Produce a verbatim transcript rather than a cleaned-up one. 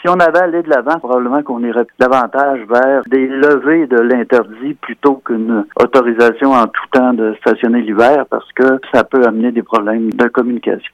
Si on avait allé de l'avant, probablement qu'on irait davantage vers des levées de l'interdit plutôt qu'une autorisation en tout temps de stationner l'hiver parce que ça peut amener des problèmes de communication.